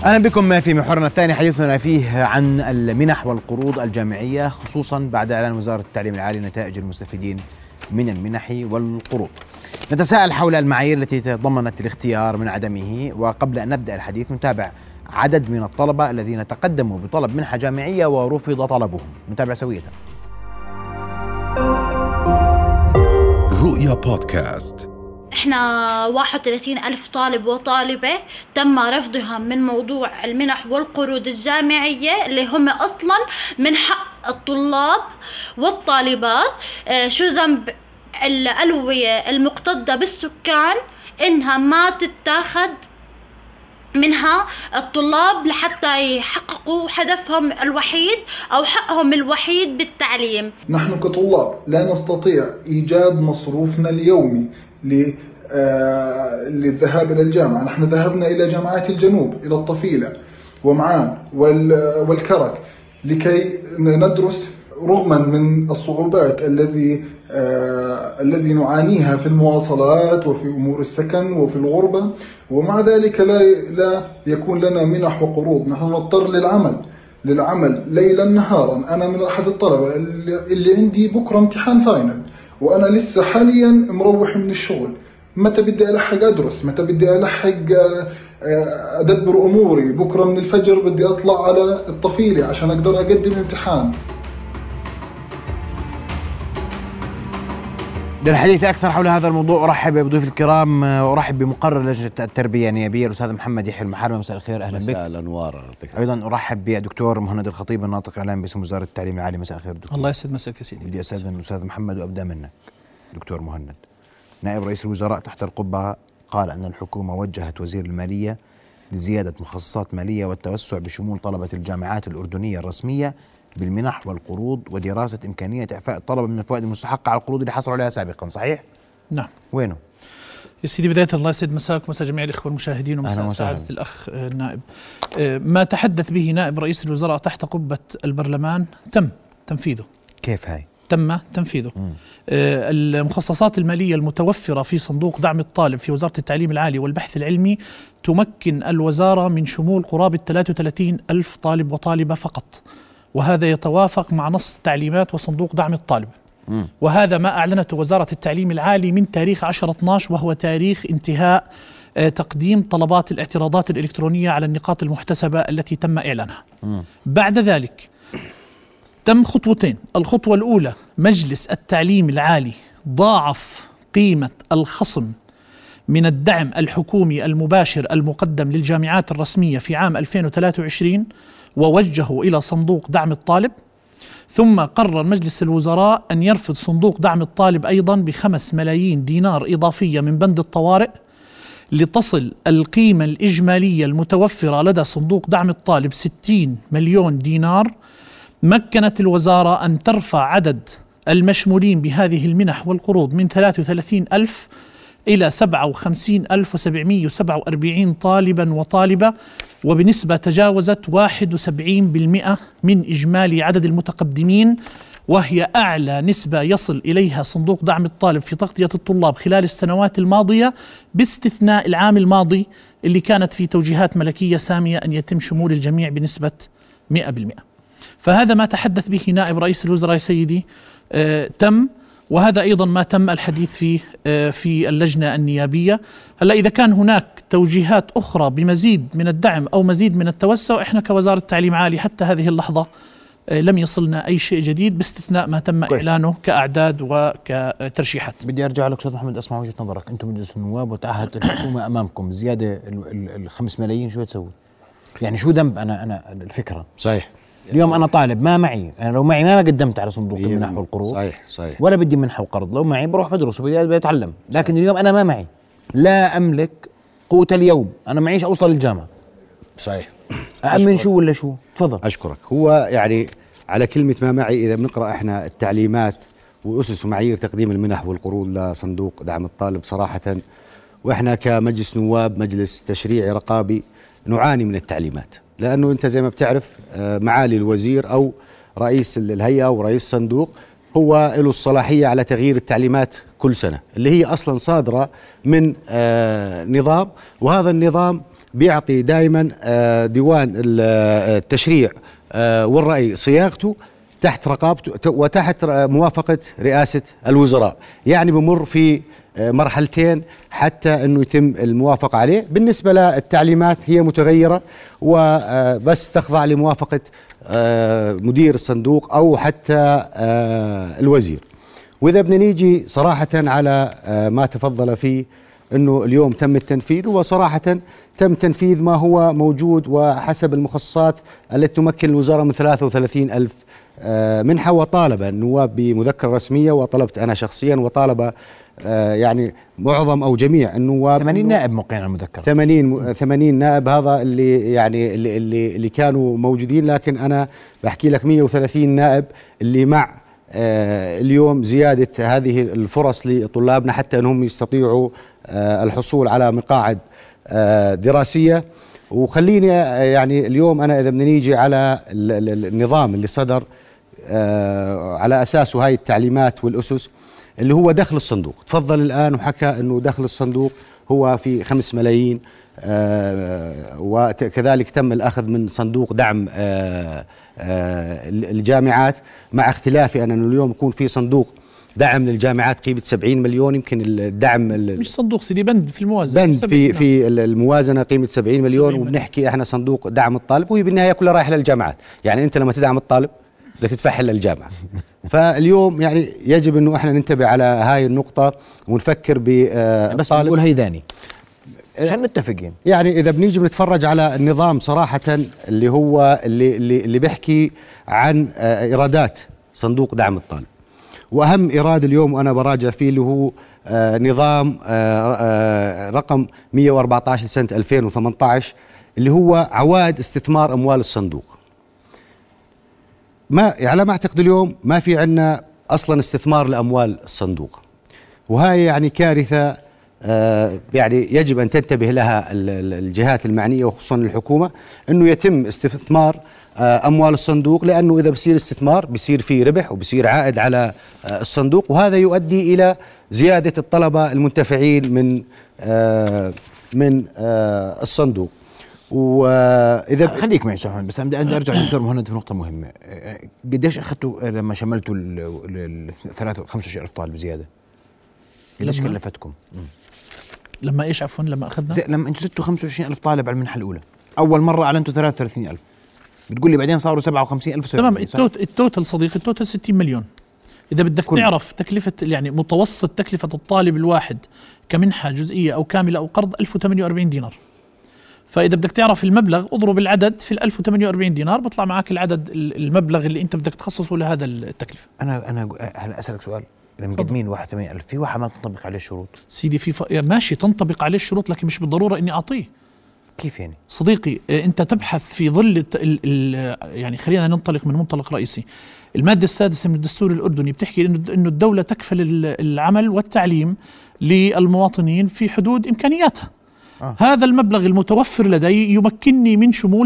أهلا بكم في محورنا الثاني، حديثنا فيه عن المنح والقروض الجامعية، خصوصا بعد إعلان وزارة التعليم العالي نتائج المستفيدين من المنح والقروض. نتساءل حول المعايير التي تضمنت الاختيار من عدمه، وقبل أن نبدأ الحديث نتابع عدد من الطلبة الذين تقدموا بطلب منحة جامعية ورفض طلبهم. نتابع سوية. رؤيا بودكاست. احنا 31,000 طالب وطالبة تم رفضهم من موضوع المنح والقروض الجامعية اللي هم أصلا من حق الطلاب والطالبات. شو ذنب الألوية المقتضى بالسكان إنها ما تتاخد منها الطلاب لحتى يحققوا هدفهم الوحيد أو حقهم الوحيد بالتعليم؟ نحن كطلاب لا نستطيع إيجاد مصروفنا اليومي للذهاب إلى الجامعة. نحن ذهبنا إلى جامعات الجنوب، إلى الطفيلة ومعان والكرك لكي ندرس، رغما من الصعوبات الذي نعانيها في المواصلات وفي أمور السكن وفي الغربة، ومع ذلك لا يكون لنا منح وقروض. نحن نضطر للعمل ليلا نهارا. أنا من أحد الطلبة اللي عندي بكرة امتحان فاينل، وأنا لسه حاليا مروح من الشغل. متى بدي ألحق أدرس؟ متى بدي ألحق أدبر أموري؟ بكرة من الفجر بدي أطلع على الطفيلة عشان أقدر أقدم امتحان. للحديث أكثر حول هذا الموضوع أرحب بضيوف الكرام، أرحب بمقرر لجنة التربية النيابية الأستاذ محمد يحيى المحاربي. مساء الخير، أهلا بك. مساء الأنوار. أيضا أرحب بدكتور مهند الخطيب الناطق إعلام باسم وزارة التعليم العالي. مساء الخير دكتور. الله يسعد مساك يا سيدي. بدي أستاذن الأستاذ محمد وأبدأ منك. دكتور مهند، نائب رئيس الوزراء تحت القبعة قال أن الحكومة وجهت وزير المالية لزيادة مخصصات مالية والتوسع بشمول طلبة الجامعات الأردنية الرسمية بالمنح والقروض ودراسة إمكانية إعفاء الطلبة من الفوائد المستحقة على القروض اللي حصلوا عليها سابقا، صحيح؟ نعم. وينه؟ يا سيدي بداية الله يسعد مساك ومساء جميع الإخوة المشاهدين ومساء سعادة الأخ النائب. ما تحدث به نائب رئيس الوزراء تحت قبة البرلمان تم تنفيذه. كيف هاي؟ تم تنفيذه. المخصصات المالية المتوفرة في صندوق دعم الطالب في وزارة التعليم العالي والبحث العلمي تمكن الوزارة من شمول قرابة 33,000 طالب وطالبة فقط، وهذا يتوافق مع نص تعليمات وصندوق دعم الطالب. وهذا ما أعلنته وزارة التعليم العالي من تاريخ 10/12، وهو تاريخ انتهاء تقديم طلبات الاعتراضات الإلكترونية على النقاط المحتسبة التي تم إعلانها. بعد ذلك تم خطوتين. الخطوة الأولى، مجلس التعليم العالي ضاعف قيمة الخصم من الدعم الحكومي المباشر المقدم للجامعات الرسمية في عام 2023 ووجهه إلى صندوق دعم الطالب. ثم قرر مجلس الوزراء أن يرفض صندوق دعم الطالب أيضا ب5 ملايين دينار إضافية من بند الطوارئ، لتصل القيمة الإجمالية المتوفرة لدى صندوق دعم الطالب 60 مليون دينار. مكنت الوزارة أن ترفع عدد المشمولين بهذه المنح والقروض من 33,000 إلى 57,747 طالبا وطالبة، وبنسبة تجاوزت 71% من إجمالي عدد المتقدمين، وهي أعلى نسبة يصل إليها صندوق دعم الطالب في تغطية الطلاب خلال السنوات الماضية، باستثناء العام الماضي اللي كانت في توجيهات ملكية سامية أن يتم شمول الجميع بنسبة 100%. فهذا ما تحدث به نائب رئيس الوزراء سيدي. تم، وهذا أيضا ما تم الحديث فيه في اللجنة النيابية. هلا إذا كان هناك توجيهات أخرى بمزيد من الدعم أو مزيد من التوسع، إحنا كوزارة التعليم العالي حتى هذه اللحظة لم يصلنا أي شيء جديد باستثناء ما تم إعلانه كأعداد وكترشيحات. بدي أرجع لك أستاذ محمد أسمع وجهة نظرك. أنتم مجلس النواب وتعهدت الحكومة أمامكم زيادة 5 ملايين، شو تسوي؟ يعني شو ذنب أنا الفكرة؟ صحيح. اليوم أنا طالب ما معي، أنا لو معي ما قدمت على صندوق المنح والقروض. صحيح. ولا بدي منحة وقرض، لو معي بروح بدرس وبدي أتعلم. لكن اليوم أنا ما معي، لا أملك قوت اليوم، أنا معيش أوصل للجامعة. صحيح. أأمن شو ولا شو؟ تفضل. أشكرك. هو يعني على كلمة ما معي، إذا بنقرأ إحنا التعليمات وأسس ومعايير تقديم المنح والقروض لصندوق دعم الطالب صراحة، وإحنا كمجلس نواب مجلس تشريعي رقابي نعاني من التعليمات، لأنه أنت زي ما بتعرف معالي الوزير أو رئيس الهيئة أو رئيس صندوق هو له الصلاحية على تغيير التعليمات كل سنة، اللي هي أصلا صادرة من نظام، وهذا النظام بيعطي دائما ديوان التشريع والرأي صياغته تحت رقابته وتحت موافقة رئاسة الوزراء، يعني بمر في مرحلتين حتى أنه يتم الموافقة عليه. بالنسبة للتعليمات هي متغيرة وبس تخضع لموافقة مدير الصندوق أو حتى الوزير. وإذا بدنا نيجي صراحة على ما تفضل فيه أنه اليوم تم التنفيذ، وصراحة تم تنفيذ ما هو موجود وحسب المخصصات التي تمكن الوزارة من 33,000 منحة، وطالب النواب بمذكرة رسمية، وطلبت أنا شخصيا، وطالب يعني معظم أو جميع النواب. 80 نائب موقعين على المذكرة. 80 نائب، هذا اللي يعني اللي كانوا موجودين، لكن أنا بحكي لك 130 نائب اللي مع اليوم زيادة هذه الفرص لطلابنا حتى أنهم يستطيعوا الحصول على مقاعد دراسية. وخليني يعني اليوم أنا إذا بدنا نيجي على النظام اللي صدر على أساسه هاي التعليمات والأسس اللي هو دخل الصندوق، تفضل الآن وحكى أنه دخل الصندوق هو في 5 ملايين، وكذلك تم الأخذ من صندوق دعم الجامعات، مع اختلافي أنه اليوم يكون في صندوق دعم للجامعات قيمة 70 مليون، يمكن الدعم مش صندوق سيدي، بند في الموازنة، بند في الموازنة قيمة 70 مليون، وبنحكي احنا صندوق دعم الطالب، وهي بالنهاية كلها رايحة للجامعات. يعني انت لما تدعم الطالب بدك تدفعها للجامعة. فاليوم يعني يجب انه احنا ننتبه على هاي النقطة ونفكر بالطالب. بس بقول هيداني عشان متفقين. يعني اذا بنيجي بنتفرج على النظام صراحة اللي هو اللي بيحكي عن ايرادات صندوق دعم الطالب، واهم ايراد اليوم وانا براجع فيه اللي هو نظام رقم 114 سنة 2018 اللي هو عوائد استثمار اموال الصندوق. ما على ما اعتقد اليوم ما في عندنا اصلا استثمار لاموال الصندوق، وهي يعني كارثة يعني يجب ان تنتبه لها الجهات المعنية وخصوصا الحكومة، انه يتم استثمار أموال الصندوق، لأنه إذا بصير استثمار بصير فيه ربح وبصير عائد على الصندوق، وهذا يؤدي إلى زيادة الطلبة المنتفعين من الصندوق. وإذا خليك معي سبحان، بس بدي أرجع للدكتور مهند في نقطة مهمة. قديش أخذتوا لما شملتوا ال 25,000 طالب زيادة؟ قديش كلفتكم؟ لما إيش عفوا لما أخذنا؟ لما أنتوا زدتوا 25,000 طالب على المنحة الأولى، أول مرة أعلنتوا 33,000، بتقول لي بعدين صاروا 57,000. تمام. التوتال صديقي، التوتال 60 مليون. إذا بدك تعرف تكلفة يعني متوسط تكلفة الطالب الواحد كمنحة جزئية أو كاملة أو قرض 1048 دينار. فإذا بدك تعرف المبلغ اضرب العدد في 1048 دينار بطلع معك العدد المبلغ اللي أنت بدك تخصصه لهذا التكلفة. أنا هلا أسألك سؤال، لما مقدمين 81,000 في واحد ما تنطبق عليه الشروط سيدي، ماشي تنطبق عليه الشروط، لكن مش بالضرورة إني أعطيه. كيف يعني؟ صديقي أنت تبحث في ظل يعني خلينا ننطلق من منطلق رئيسي. المادة السادسة من الدستور الأردني بتحكي إنه الدولة تكفل العمل والتعليم للمواطنين في حدود إمكانياتها. هذا المبلغ المتوفر لدي يمكنني من شمول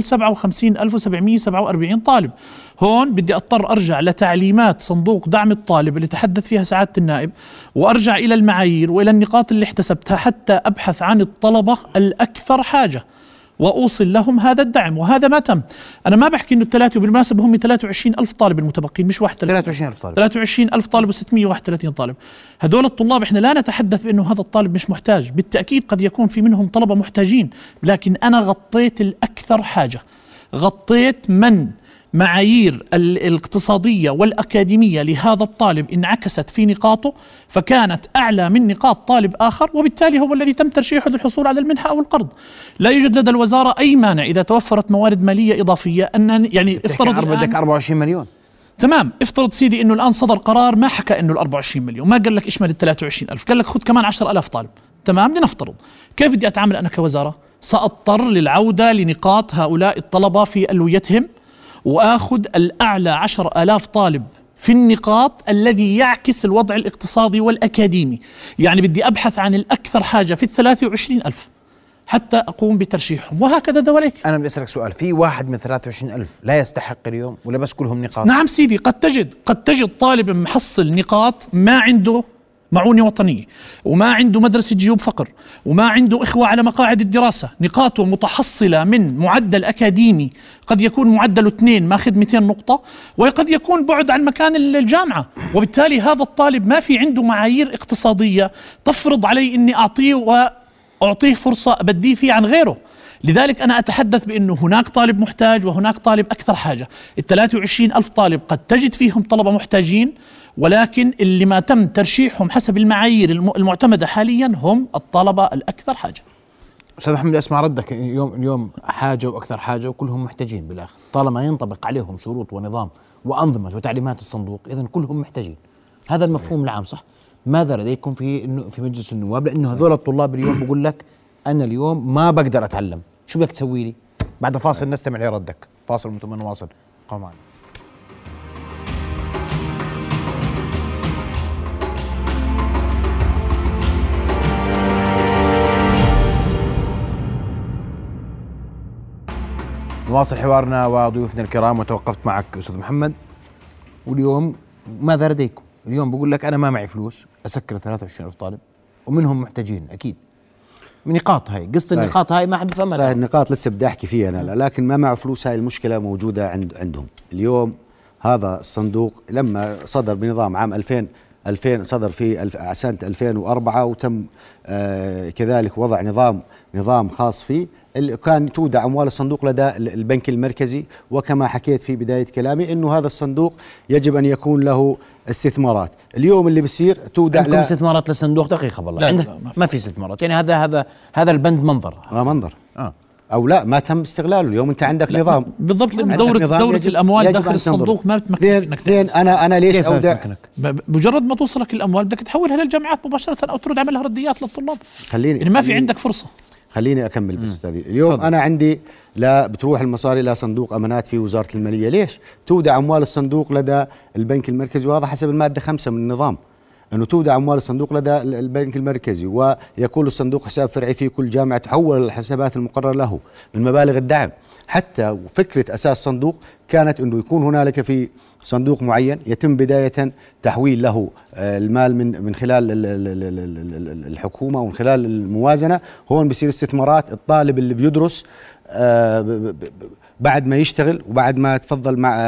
57,747 طالب. هون بدي أضطر أرجع لتعليمات صندوق دعم الطالب اللي تحدث فيها سعادة النائب، وأرجع إلى المعايير وإلى النقاط اللي احتسبتها حتى أبحث عن الطلبة الأكثر حاجة وأوصل لهم هذا الدعم، وهذا ما تم. أنا ما بحكي إنه الثلاثة، وبالمناسبة هم 23,000 طالب المتبقين مش 31. 23,000 طالب، 23,000 طالب و631 طالب. هدول الطلاب إحنا لا نتحدث بأنه هذا الطالب مش محتاج، بالتأكيد قد يكون في منهم طلبة محتاجين، لكن أنا غطيت الأكثر حاجة، غطيت من معايير الاقتصادية والأكاديمية لهذا الطالب انعكست في نقاطه فكانت أعلى من نقاط طالب آخر، وبالتالي هو الذي تم ترشيحه للحصول على المنحة أو القرض. لا يوجد لدى الوزارة أي مانع إذا توفرت موارد مالية إضافية أن يعني افترض بدك 24 مليون. تمام، افترض سيدي إنه الآن صدر قرار ما حكى إنه 24 مليون، ما قال لك اشمل 23,000، قال لك خذ كمان 10,000 طالب. تمام، بدنا نفترض. كيف بدي أتعامل أنا كوزارة؟ سأضطر للعودة لنقاط هؤلاء الطلبة في ألويتهم وآخذ الأعلى 10,000 طالب في النقاط الذي يعكس الوضع الاقتصادي والأكاديمي. يعني بدي أبحث عن الأكثر حاجة في 23,000 حتى أقوم بترشيحهم، وهكذا دواليك. أنا بدي أسألك سؤال، في واحد من 23,000 لا يستحق اليوم ولا بس كلهم نقاط؟ نعم سيدي، قد تجد طالب محصل نقاط ما عنده معونة وطنية، وما عنده مدرسة جيوب فقر، وما عنده إخوة على مقاعد الدراسة، نقاطه متحصلة من معدل أكاديمي قد يكون معدله 2 ماخذ 200 نقطة، وقد يكون بعد عن مكان الجامعة، وبالتالي هذا الطالب ما في عنده معايير اقتصادية تفرض علي إني أعطيه وأعطيه فرصة أبديه فيه عن غيره. لذلك أنا أتحدث بأنه هناك طالب محتاج وهناك طالب أكثر حاجة. 23 ألف طالب قد تجد فيهم طلبة محتاجين، ولكن اللي ما تم ترشيحهم حسب المعايير المعتمدة حاليا هم الطلبة الأكثر حاجة. أستاذ محمد، أسمع ردك. اليوم حاجة وأكثر حاجة وكلهم محتاجين بالآخر، طالما ينطبق عليهم شروط ونظام وأنظمة وتعليمات الصندوق إذن كلهم محتاجين. هذا المفهوم العام صح؟ ماذا لديكم في مجلس النواب؟ لأنه هذول الطلاب اليوم بقول لك أنا اليوم ما بقدر أتعلم، شو بدك تسوي لي؟ بعد فاصل نستمع لردك، فاصل ثم نواصل. قوم معنا. نواصل حوارنا وضيوفنا الكرام، وتوقفت معك أستاذ محمد. واليوم ماذا لديكم؟ اليوم بقول لك أنا ما معي فلوس أسكر 23 ألف طالب ومنهم محتاجين أكيد. نقاط هاي قصة النقاط هاي ما حد بفهمها. النقاط لسه بدي أحكي فيها أنا، لكن ما معه فلوس. هاي المشكلة موجودة عندهم اليوم. هذا الصندوق لما صدر بنظام عام 2000 صدر في سنة 2004، وتم كذلك وضع نظام خاص فيه اللي كان تودع أموال الصندوق لدى البنك المركزي. وكما حكيت في بداية كلامي أنه هذا الصندوق يجب أن يكون له استثمارات. اليوم اللي بيصير تودع عندكم استثمارات للصندوق؟ دقيقة والله عندك ما في استثمارات، يعني هذا البند منظر أو لا ما تم استغلاله. اليوم أنت عندك نظام بالضبط. دورة الأموال داخل الصندوق ما بتمكنك. أنا ليش أودع؟ بمجرد ما توصلك الأموال بدك تحولها للجامعات مباشرة أو ترد عملها رديات للطلاب. يعني ما في عندك فرصة. خليني أكمل بس أستاذي. اليوم فضل. أنا عندي بتروح المصاري إلى صندوق أمانات في وزارة المالية. ليش؟ تودع أموال الصندوق لدى البنك المركزي، وهذا حسب المادة 5 من النظام، أنه تودع أموال الصندوق لدى البنك المركزي، ويكون الصندوق حساب فرعي في كل جامعة تحول الحسابات المقررة له من مبالغ الدعم. حتى فكرة أساس صندوق كانت أنه يكون هنالك في صندوق معين يتم بداية تحويل له المال من خلال الحكومة ومن خلال الموازنة. هون بصير استثمارات. الطالب اللي بيدرس بعد ما يشتغل وبعد ما تفضل مع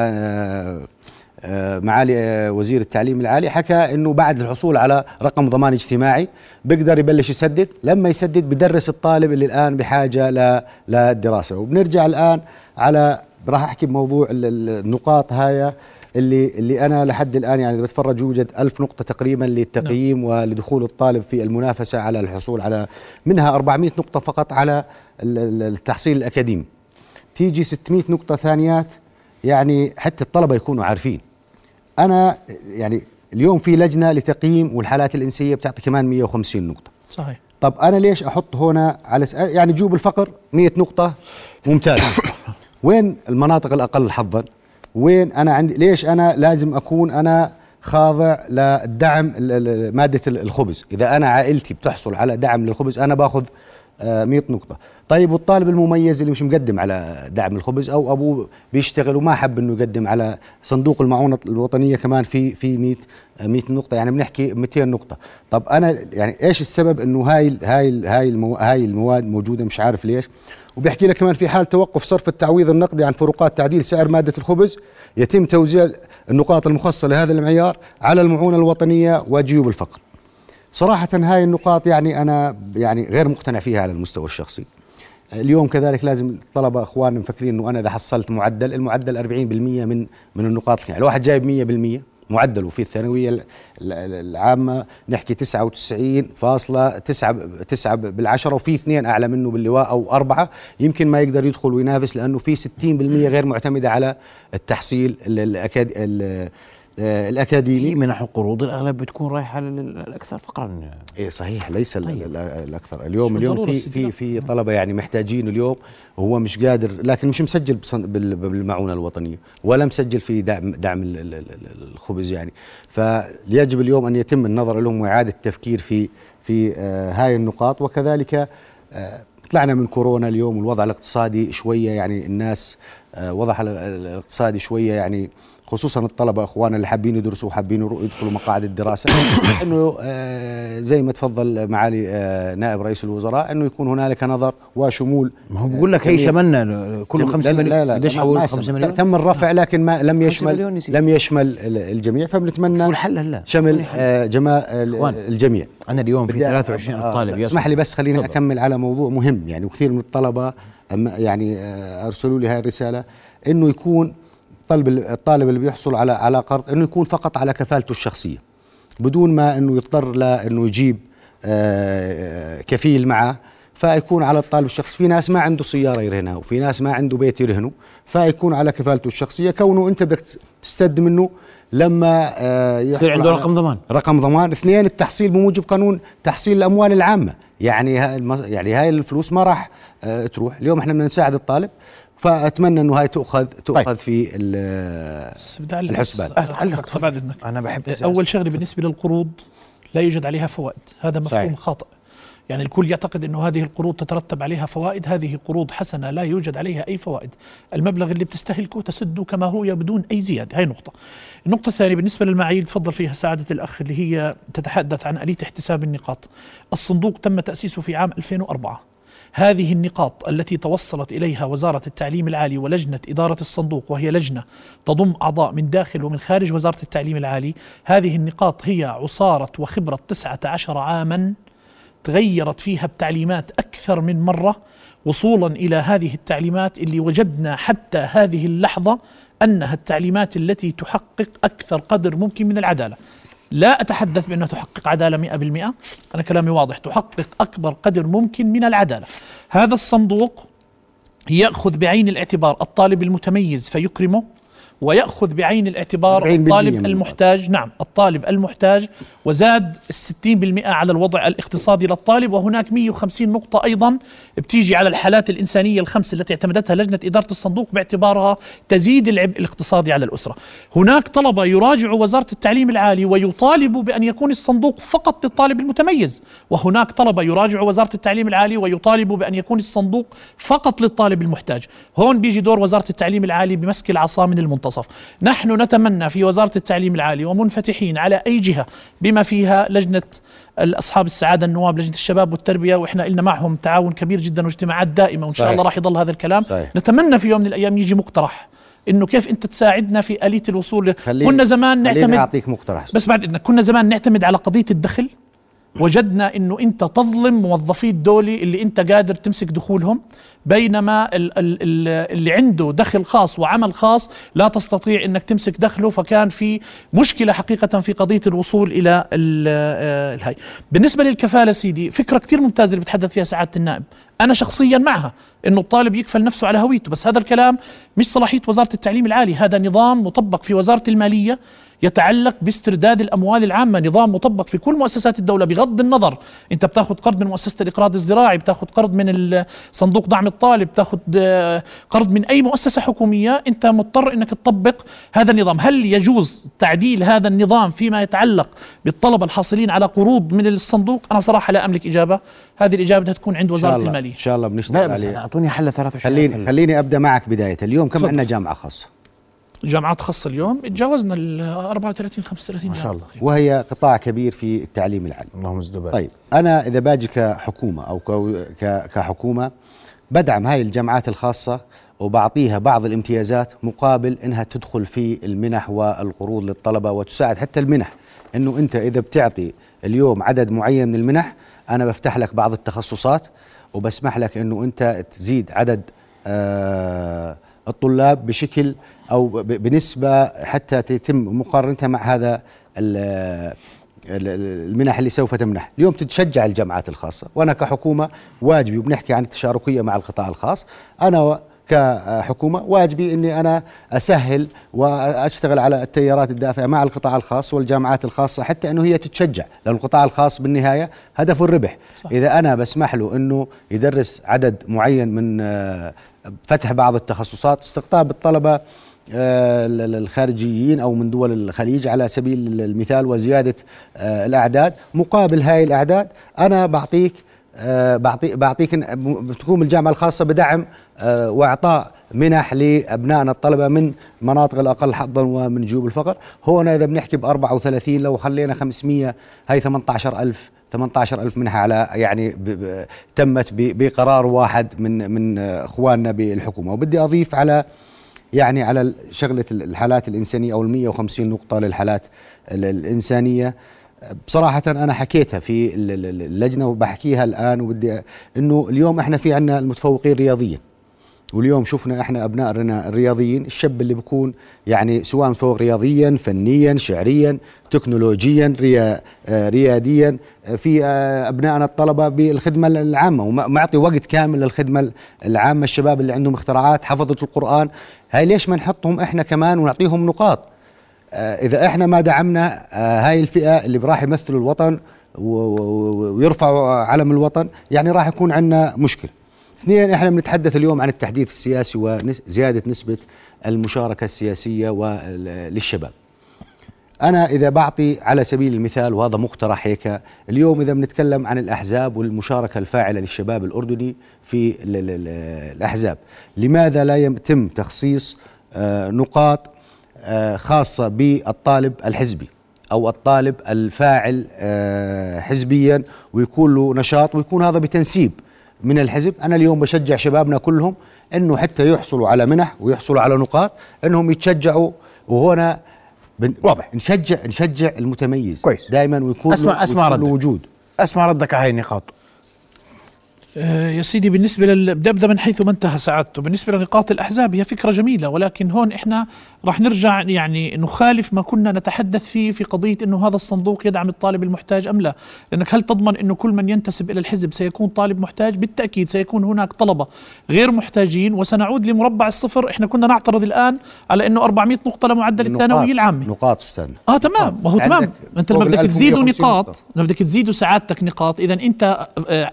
معالي وزير التعليم العالي حكى انه بعد الحصول على رقم ضمان اجتماعي بيقدر يبلش يسدد. لما يسدد بدرس الطالب اللي الان بحاجه للدراسه. وبنرجع الان على راح احكي بموضوع النقاط هاي اللي انا لحد الان يعني بتفرج يوجد 1000 نقطه تقريبا للتقييم ولدخول الطالب في المنافسه على الحصول على منها 400 نقطه فقط على التحصيل الاكاديمي. تيجي 600 نقطه ثانيات، يعني حتى الطلبه يكونوا عارفين. أنا يعني اليوم في لجنة لتقييم والحالات الإنسية بتعطي كمان 150 نقطة. صحيح. طب أنا ليش أحط هنا على يعني جوب الفقر 100 نقطة ممتاز. وين المناطق الأقل حظا؟ وين أنا عندي ليش أنا لازم أكون أنا خاضع للدعم مادة الخبز؟ إذا أنا عائلتي بتحصل على دعم للخبز أنا باخذ 100 نقطة. طيب والطالب المميز اللي مش مقدم على دعم الخبز او ابوه بيشتغل وما حب انه يقدم على صندوق المعونة الوطنية كمان في 100 نقطة، يعني بنحكي 200 نقطة. طب انا يعني ايش السبب انه هاي المواد موجودة؟ مش عارف ليش. وبيحكي لك كمان في حال توقف صرف التعويض النقدي عن فروقات تعديل سعر مادة الخبز يتم توزيع النقاط المخصصة لهذا المعيار على المعونة الوطنية وجيوب الفقر. صراحة هاي النقاط يعني أنا يعني غير مقتنع فيها على المستوى الشخصي. اليوم كذلك لازم الطلبة أخواننا مفكرين أنه أنا إذا حصلت المعدل 40% من النقاط. يعني الواحد جايب 100% معدله في الثانوية العامة نحكي 99.9 بالعشرة، وفي 2 أعلى منه باللواء أو 4 يمكن ما يقدر يدخل وينافس، لأنه في 60% غير معتمدة على التحصيل الأكاديمي. منح القروض الأغلب بتكون رايحة للأكثر فقرا. إيه صحيح، ليس الأكثر. اليوم في طلبة يعني محتاجين اليوم وهو مش قادر، لكن مش مسجل بالمعونة الوطنية ولا مسجل في دعم الخبز يعني. فيجب اليوم أن يتم النظر لهم وإعادة التفكير في هاي النقاط. وكذلك طلعنا من كورونا اليوم والوضع الاقتصادي شوية يعني الناس وضعها الاقتصادي شويه يعني، خصوصا الطلبه اخواننا اللي حابين يدرسوا وحابين يدخلوا مقاعد الدراسه، انه زي ما تفضل معالي نائب رئيس الوزراء انه يكون هنالك نظر وشمول. ما هو بقول لك هي شملنا كله 5 مليون. لا قديش حول 5 مليون؟ تم الرفع لكن ما لم يشمل الجميع، فبنتمنى شو الحل هلا؟ شمل الجميع. انا اليوم في 23,000 طالب. اسمح لي بس خليني اكمل على موضوع مهم يعني، وكثير من الطلبه يعني ارسلوا لي هاي الرساله، انه يكون الطالب اللي بيحصل على قرض انه يكون فقط على كفالته الشخصيه، بدون ما انه يضطر لانه يجيب كفيل معه، فيكون على الطالب الشخصي. في ناس ما عنده سياره يرهنها، وفي ناس ما عنده بيت يرهنه، فيكون على كفالته الشخصيه، كونه انت بدك تستد منه لما يصير عنده رقم ضمان. 2 التحصيل بموجب قانون تحصيل الاموال العامه، يعني هاي الفلوس ما راح تروح. اليوم احنا بدنا نساعد الطالب، فاتمنى انه هاي تؤخذ طيب. في الحسبان. انا بحب اول شغله بالنسبه للقروض لا يوجد عليها فوائد، هذا مفهوم صحيح. خاطئ. يعني الكل يعتقد انه هذه القروض تترتب عليها فوائد، هذه قروض حسنه لا يوجد عليها اي فوائد، المبلغ اللي بتستهلكه تسده كما هو بدون اي زياده. هاي نقطه. النقطه الثانيه بالنسبه للمعايير تفضل فيها سعاده الاخ، اللي هي تتحدث عن آلية احتساب النقاط. الصندوق تم تاسيسه في عام 2004، هذه النقاط التي توصلت إليها وزارة التعليم العالي ولجنة إدارة الصندوق، وهي لجنة تضم أعضاء من داخل ومن خارج وزارة التعليم العالي، هذه النقاط هي عصارة وخبرة 19 عاما تغيرت فيها بتعليمات أكثر من مرة، وصولا إلى هذه التعليمات اللي وجدنا حتى هذه اللحظة أنها التعليمات التي تحقق أكثر قدر ممكن من العدالة. لا أتحدث بأنها تحقق عدالة 100%، أنا كلامي واضح، تحقق أكبر قدر ممكن من العدالة. هذا الصندوق يأخذ بعين الاعتبار الطالب المتميز فيكرمه، ويأخذ بعين الاعتبار الطالب المحتاج. نعم، الطالب المحتاج، وزاد 60% على الوضع الاقتصادي للطالب. وهناك 150 نقطة أيضا بتيجي على الحالات الإنسانية الخمس التي اعتمدتها لجنة إدارة الصندوق باعتبارها تزيد العبء الاقتصادي على الأسرة. هناك طلبة يراجعوا وزارة التعليم العالي ويطالبوا بأن يكون الصندوق فقط للطالب المتميز، وهناك طلبة يراجعوا وزارة التعليم العالي ويطالبوا بأن يكون الصندوق فقط للطالب المحتاج. هون بيجي دور وزارة التعليم العالي بمسك العصا من المنتصف. نحن نتمنى في وزارة التعليم العالي ومنفتحين على أي جهة بما فيها لجنة أصحاب السعادة النواب، لجنة الشباب والتربية، وإحنا لنا معهم تعاون كبير جدا واجتماعات دائمة، وإن شاء الله راح يضل هذا الكلام. نتمنى في يوم من الأيام يجي مقترح إنه كيف أنت تساعدنا في آلية الوصول. كنا زمان نعتمد، أعطيك مقترح بس بعد إذنك، كنا زمان نعتمد على قضية الدخل، وجدنا انه انت تظلم موظفي الدولة اللي انت قادر تمسك دخولهم، بينما اللي عنده دخل خاص وعمل خاص لا تستطيع انك تمسك دخله. فكان في مشكلة حقيقة في قضية الوصول الى الهاي. بالنسبة للكفالة سيدي، فكرة كتير ممتازة اللي بتحدث فيها سعادة النائب، انا شخصيا معها، انه الطالب يكفل نفسه على هويته، بس هذا الكلام مش صلاحية وزارة التعليم العالي، هذا نظام مطبق في وزارة المالية يتعلق باسترداد الأموال العامة، نظام مطبق في كل مؤسسات الدولة بغض النظر. أنت بتاخذ قرض من مؤسسة الإقراض الزراعي، بتاخذ قرض من صندوق دعم الطالب، بتاخذ قرض من أي مؤسسة حكومية، أنت مضطر أنك تطبق هذا النظام. هل يجوز تعديل هذا النظام فيما يتعلق بالطلبة الحاصلين على قروض من الصندوق؟ أنا صراحة لا أملك إجابة، هذه الإجابة بدها تكون عند وزارة المالية. إن شاء الله بنشتغل عليه. أعطوني حل 23. خليني أبدأ معك بداية. اليوم كم عندنا جامعة خاصة؟ جامعات خاصة اليوم تجاوزنا ال 34 35 ما شاء الله، وهي قطاع كبير في التعليم العالي. اللهم ازدبال. طيب أنا إذا باجي كحكومة أو كحكومة بدعم هاي الجامعات الخاصة وبعطيها بعض الامتيازات مقابل إنها تدخل في المنح والقروض للطلبة، وتساعد حتى المنح. إنه أنت إذا بتعطي اليوم عدد معين من المنح، أنا بفتح لك بعض التخصصات وبسمح لك إنه أنت تزيد عدد الطلاب بشكل أو بنسبة حتى تتم مقارنتها مع هذا المنح اللي سوف تمنح. اليوم تتشجع الجامعات الخاصة، وأنا كحكومة واجبي، وبنحكي عن التشاركية مع القطاع الخاص، أنا كحكومة واجبي أني أنا أسهل وأشتغل على التيارات الدافعة مع القطاع الخاص والجامعات الخاصة، حتى أنه هي تتشجع، لأن القطاع الخاص بالنهاية هدفه الربح. صح. إذا أنا بسمح له أنه يدرس عدد معين من فتح بعض التخصصات، استقطاب الطلبة الخارجيين أو من دول الخليج على سبيل المثال، وزيادة الأعداد، مقابل هاي الأعداد أنا بعطيك بعطيك تقوم الجامعة الخاصة بدعم وإعطاء منح لأبنائنا الطلبة من مناطق الأقل حظا ومن جيوب الفقر. هنا إذا بنحكي ب 34 لو خلينا 500 هي 18,000 منها على يعني تمت بقرار واحد من اخواننا بالحكومه. وبدي اضيف على يعني على شغله الحالات الانسانيه او ال 150 نقطه للحالات الانسانيه. بصراحه انا حكيتها في اللجنه وبحكيها الان، وبدي انه اليوم احنا في عندنا المتفوقين رياضيا، واليوم شفنا احنا ابنائنا الرياضيين، الشاب اللي بيكون يعني سواء متفوق رياضيا، فنيا، شعريا، تكنولوجيا، رياديا، في ابنائنا الطلبه بالخدمه العامه ومعطي وقت كامل للخدمه العامه. الشباب اللي عندهم اختراعات، حفظة القرآن، هاي ليش ما نحطهم احنا كمان ونعطيهم نقاط؟ اذا احنا ما دعمنا هاي الفئه اللي راح يمثلوا الوطن ويرفعوا علم الوطن، يعني راح يكون عندنا مشكله. اثنين، احنا بنتحدث اليوم عن التحديث السياسي وزياده نسبه المشاركه السياسيه للشباب. انا اذا بعطي على سبيل المثال، وهذا مقترح هيك، اليوم اذا بنتكلم عن الاحزاب والمشاركه الفاعله للشباب الاردني في الاحزاب، لماذا لا يتم تخصيص نقاط خاصه بالطالب الحزبي او الطالب الفاعل حزبيا، ويكون له نشاط ويكون هذا بتنسيب من الحزب؟ أنا اليوم بشجع شبابنا كلهم أنه حتى يحصلوا على منح ويحصلوا على نقاط أنهم يتشجعوا، وهنا واضح نشجع المتميز كويس دائما ويكون له وجود. أسمع ردك على هاي النقاط. يا سيدي، بالنسبة بدي أبدأ من حيث ما انتهى سعادته. بالنسبة لنقاط الأحزاب هي فكرة جميلة، ولكن هون إحنا راح نرجع يعني نخالف ما كنا نتحدث فيه في قضية إنه هذا الصندوق يدعم الطالب المحتاج أم لا. لأنك هل تضمن إنه كل من ينتسب إلى الحزب سيكون طالب محتاج؟ بالتأكيد سيكون هناك طلبة غير محتاجين، وسنعود لمربع الصفر. إحنا كنا نعترض الآن على إنه 400 نقطة لمعدل الثانوية العامة. نقاط أستاذ. تمام، ما هو تمام. أنت لما بدك تزيدوا نقاط، لما بدك تزيدوا سعادتك نقاط، إذا أنت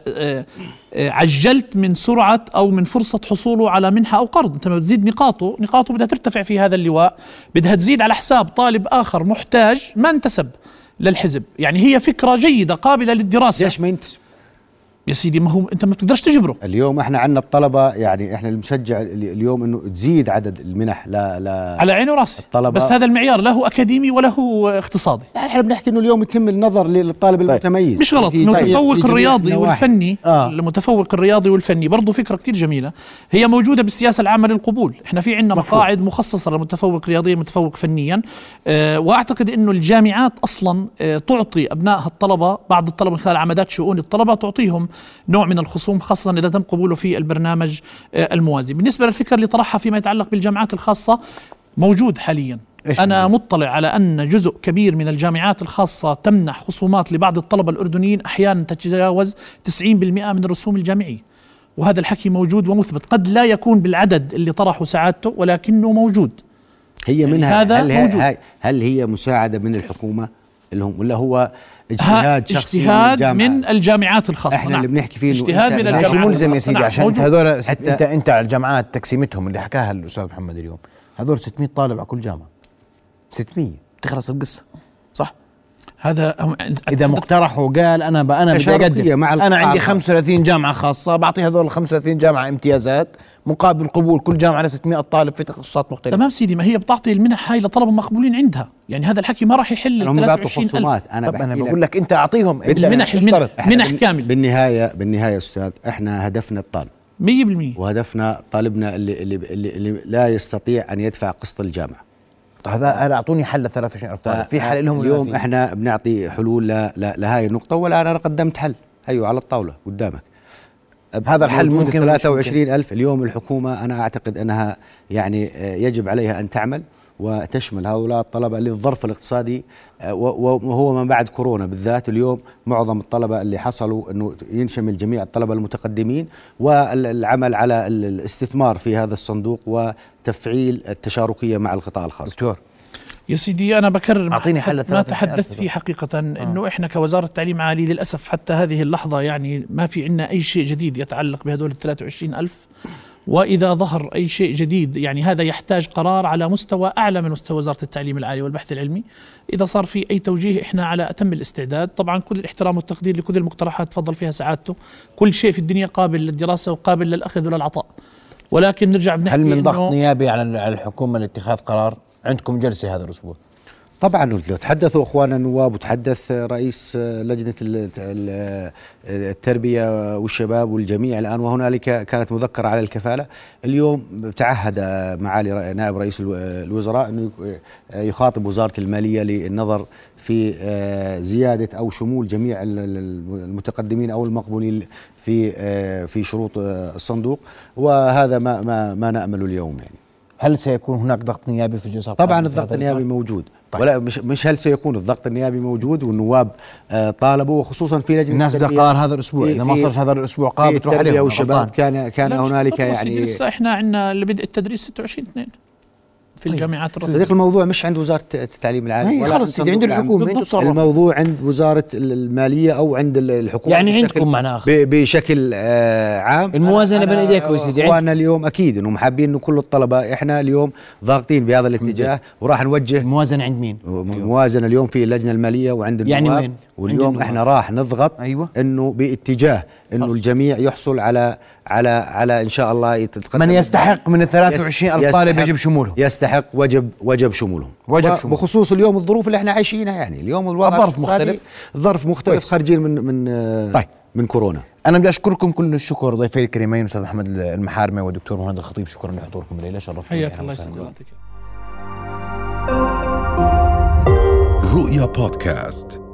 عجلت من سرعة أو من فرصة حصوله على منحة أو قرض. أنت لما بتزيد نقاطه بدها ترتفع في هذا اللواء، بدها تزيد على حساب طالب آخر محتاج ما انتسب للحزب. يعني هي فكرة جيدة قابلة للدراسة. ليش ما ينتسب يا سيدي؟ ما هو أنت ما بتقدرش تجبره. اليوم احنا عندنا الطلبة، يعني احنا اللي بنشجع اليوم انه تزيد عدد المنح على عيني وراسي، بس هذا المعيار له اكاديمي وله اقتصادي. يعني احنا بنحكي انه اليوم يتم النظر للطالب المتميز، مش غلط. المتفوق الرياضي والفني، المتفوق الرياضي والفني برضه فكرة كتير جميلة، هي موجودة بالسياسة العامة للقبول. احنا في عندنا مقاعد مخصصة للمتفوق رياضيا متفوق فنيا، واعتقد انه الجامعات اصلا تعطي ابنائها الطلبة، بعض الطلبة من خلال عمدات شؤون الطلبة تعطيهم نوع من الخصوم، خاصة إذا تم قبوله في البرنامج الموازي. بالنسبة للفكرة اللي طرحها فيما يتعلق بالجامعات الخاصة، موجود حاليا. أنا مطلع على أن جزء كبير من الجامعات الخاصة تمنح خصومات لبعض الطلبة الأردنيين أحيانا تتجاوز 90% من الرسوم الجامعية، وهذا الحكي موجود ومثبت. قد لا يكون بالعدد اللي طرحه سعادته، ولكنه موجود. هي منها يعني هذا موجود. هل هي مساعدة من الحكومة لهم، ولا هو اجتهاد شخصي من الجامعات الخاصة؟ احنا اللي بنحكي فيه اجتهاد من الجامعات ملزم يا سيدي، عشان هذول انت على الجامعات تقسيمتهم اللي حكاها الاستاذ محمد اليوم، هذول 600 طالب على كل جامعة، 600 تخلص القصة، صح؟ هذا اذا مقترح وقال انا بدي اقدم، انا عندي 35 جامعة خاصة، بعطي هذول 35 جامعة امتيازات مقابل قبول كل جامعة على 600 طالب في تخصصات مختلفة. تمام سيدي، ما هي بتعطي المنح هاي لطلبة مقبولين عندها. يعني هذا الحكي ما راح يحل ال 23,000. أنا بقول لك أنت أعطيهم منح كامل. بالنهاية أستاذ، إحنا هدفنا الطالب 100%، وهدفنا طالبنا اللي لا يستطيع أن يدفع قسط الجامعة. هذا أعطوني حل ل 23,000 طالب، في حل لهم اليوم؟ إحنا بنعطي حلول لهاي النقطة، ولا أنا قدمت حل، أيوة على الطاولة قدامك. هذا الحل ممكن 23,000 اليوم. الحكومة أنا أعتقد أنها يعني يجب عليها أن تعمل وتشمل هؤلاء الطلبة اللي الظرف الاقتصادي، وهو من بعد كورونا بالذات. اليوم معظم الطلبة اللي حصلوا أنه ينشمل جميع الطلبة المتقدمين، والعمل على الاستثمار في هذا الصندوق وتفعيل التشاركية مع القطاع الخاص. دكتور يا سيدي، أنا بكرر ما تحدثت فيه حقيقة، أنه إحنا كوزارة التعليم العالي للأسف حتى هذه اللحظة يعني ما في عنا أي شيء جديد يتعلق بهدول 23,000، وإذا ظهر أي شيء جديد يعني هذا يحتاج قرار على مستوى أعلى من مستوى وزارة التعليم العالي والبحث العلمي. إذا صار في أي توجيه إحنا على أتم الاستعداد. طبعا كل الاحترام والتقدير لكل المقترحات تفضل فيها سعادته، كل شيء في الدنيا قابل للدراسة وقابل للأخذ وللعطاء، ولكن نرجع بنحكي هل من ضغط نيابي على الحكومة لاتخاذ قرار؟ عندكم جلسة هذا الأسبوع. طبعا تحدثوا اخواننا النواب وتحدث رئيس لجنه التربيه والشباب والجميع الان، وهنالك كانت مذكره على الكفاله. اليوم تعهد معالي نائب رئيس الوزراء انه يخاطب وزاره الماليه للنظر في زياده او شمول جميع المتقدمين او المقبولين في شروط الصندوق، وهذا ما نامل اليوم يعني. هل سيكون هناك ضغط نيابي في الجلسة؟ طبعا الضغط النيابي موجود. طيب. ولا مش هل سيكون الضغط النيابي موجود، والنواب طالبوا، وخصوصا في لجنه الناس بدها قرار هذا الاسبوع. اذا ما صارش هذا الاسبوع قرار بتروح عليهم والشباب. كان هنالك يعني لسه احنا عندنا لبدء التدريس 26/2 في الجامعات الرسميه. صديق الموضوع مش عند وزاره التعليم العالي ولا خلص عند الحكومه. الموضوع عند وزاره الماليه او عند الحكومه يعني عندكم معناه بشكل عام. الموازنه بين ايديك يا سيدي. وانا اليوم اكيد انه حابين انه كل الطلبه احنا اليوم ضاغطين بهذا الاتجاه، وراح نوجه. الموازنه عند مين؟ موازنه اليوم في اللجنه الماليه وعند النواب. يعني وين؟ واليوم احنا راح نضغط. أيوة. انه باتجاه انه الجميع يحصل على ان شاء الله يتقدم. من يستحق من 23,000 طالب يجب شمولهم. يستحق وجب شمولهم. بخصوص اليوم الظروف اللي احنا عايشينها، يعني اليوم الظرف مختلف خارجين من كورونا. انا بدي اشكركم كل الشكر ضيفي الكريمين استاذ احمد المحارمه ودكتور مهند الخطيب. شكرا لحضوركم الليله، شرفتوا. حياك الله يسعدك. رؤيا بودكاست.